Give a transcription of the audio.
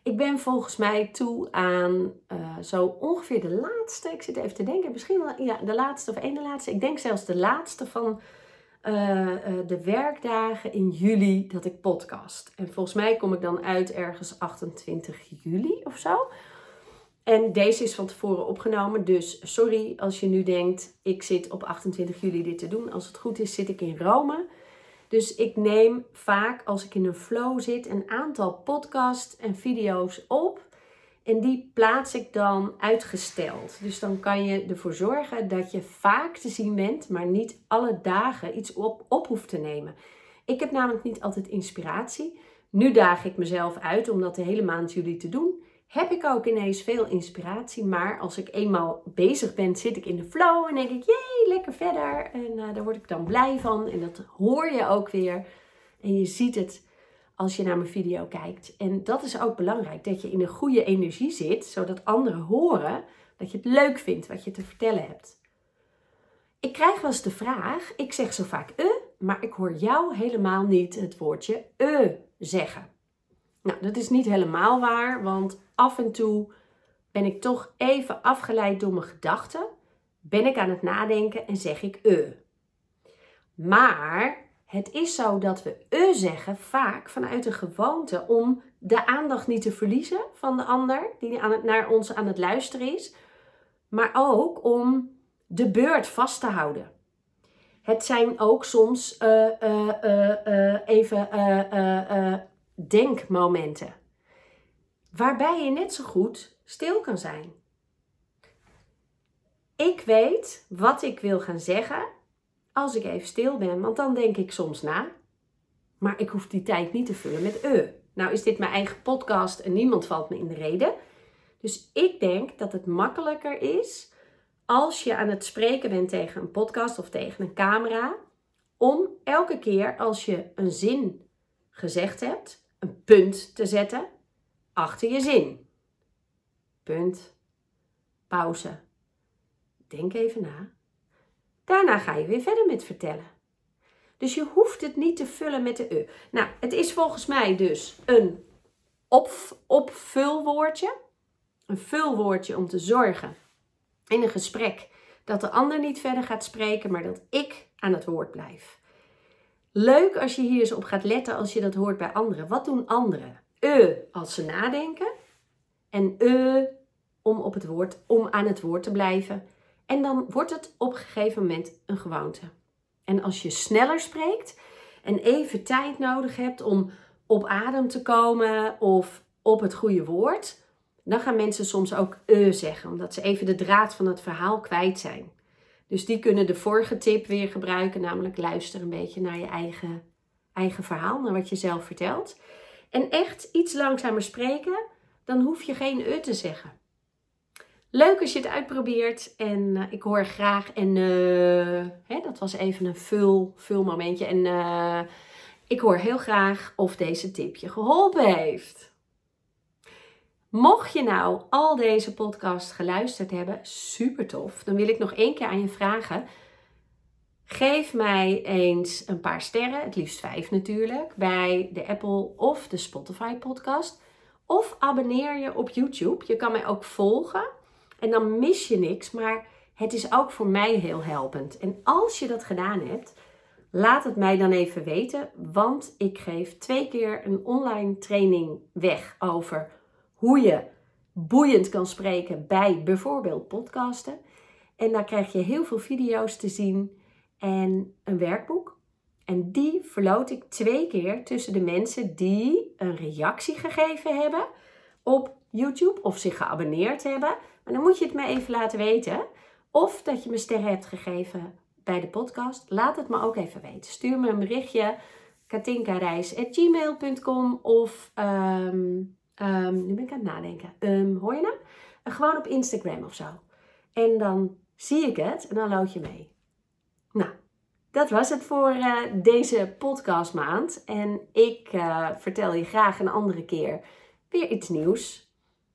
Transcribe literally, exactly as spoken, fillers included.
Ik ben volgens mij toe aan uh, zo ongeveer de laatste, ik zit even te denken, misschien wel ja, de laatste of één de laatste. Ik denk zelfs de laatste van uh, uh, de werkdagen in juli dat ik podcast. En volgens mij kom ik dan uit ergens achtentwintig juli of zo. En deze is van tevoren opgenomen, dus sorry als je nu denkt, ik zit op achtentwintig juli dit te doen. Als het goed is, zit ik in Rome. Dus ik neem vaak, als ik in een flow zit, een aantal podcasts en video's op. En die plaats ik dan uitgesteld. Dus dan kan je ervoor zorgen dat je vaak te zien bent, maar niet alle dagen iets op, op hoeft te nemen. Ik heb namelijk niet altijd inspiratie. Nu daag ik mezelf uit om dat de hele maand juli te doen. Heb ik ook ineens veel inspiratie. Maar als ik eenmaal bezig ben, zit ik in de flow en denk ik, jee, lekker verder. En uh, daar word ik dan blij van. En dat hoor je ook weer. En je ziet het als je naar mijn video kijkt. En dat is ook belangrijk, dat je in een goede energie zit, zodat anderen horen dat je het leuk vindt wat je te vertellen hebt. Ik krijg wel eens de vraag, ik zeg zo vaak eh, maar ik hoor jou helemaal niet het woordje eh zeggen. Nou, dat is niet helemaal waar, want af en toe ben ik toch even afgeleid door mijn gedachten. Ben ik aan het nadenken en zeg ik eh. Maar het is zo dat we eh zeggen vaak vanuit een gewoonte om de aandacht niet te verliezen van de ander die aan het, naar ons aan het luisteren is. Maar ook om de beurt vast te houden. Het zijn ook soms uh, uh, uh, uh, even uh, uh, uh, denkmomenten. Waarbij je net zo goed stil kan zijn. Ik weet wat ik wil gaan zeggen als ik even stil ben. Want dan denk ik soms na. Maar ik hoef die tijd niet te vullen met eh. Nou is dit mijn eigen podcast en niemand valt me in de reden. Dus ik denk dat het makkelijker is als je aan het spreken bent tegen een podcast of tegen een camera. Om elke keer als je een zin gezegd hebt, een punt te zetten achter je zin. Punt. Pauze. Denk even na. Daarna ga je weer verder met vertellen. Dus je hoeft het niet te vullen met de eh. Nou, het is volgens mij dus een op, opvulwoordje. Een vulwoordje om te zorgen in een gesprek dat de ander niet verder gaat spreken, maar dat ik aan het woord blijf. Leuk als je hier eens op gaat letten als je dat hoort bij anderen. Wat doen anderen? Eh als ze nadenken. En eh om, op het woord, om aan het woord te blijven. En dan wordt het op een gegeven moment een gewoonte. En als je sneller spreekt en even tijd nodig hebt om op adem te komen of op het goede woord, dan gaan mensen soms ook eh zeggen, omdat ze even de draad van het verhaal kwijt zijn. Dus die kunnen de vorige tip weer gebruiken, namelijk luister een beetje naar je eigen, eigen verhaal, naar wat je zelf vertelt. En echt iets langzamer spreken, dan hoef je geen eh te zeggen. Leuk als je het uitprobeert en uh, ik hoor graag en uh, hè, dat was even een vul, vul momentje en uh, ik hoor heel graag of deze tip je geholpen heeft. Mocht je nou al deze podcast geluisterd hebben, super tof, dan wil ik nog één keer aan je vragen. Geef mij eens een paar sterren, het liefst vijf natuurlijk, bij de Apple of de Spotify podcast. Of abonneer je op YouTube, je kan mij ook volgen. En dan mis je niks, maar het is ook voor mij heel helpend. En als je dat gedaan hebt, laat het mij dan even weten. Want ik geef twee keer een online training weg over hoe je boeiend kan spreken bij bijvoorbeeld podcasten. En daar krijg je heel veel video's te zien en een werkboek. En die verloot ik twee keer tussen de mensen die een reactie gegeven hebben op YouTube of zich geabonneerd hebben. Maar dan moet je het me even laten weten. Of dat je me sterren hebt gegeven bij de podcast. Laat het me ook even weten. Stuur me een berichtje. katinkareis at gmail dot com of um, um, nu ben ik aan het nadenken. Um, hoor je nou? Uh, gewoon op Instagram of zo. En dan zie ik het en dan lood je mee. Nou, dat was het voor uh, deze podcastmaand. En ik uh, vertel je graag een andere keer weer iets nieuws.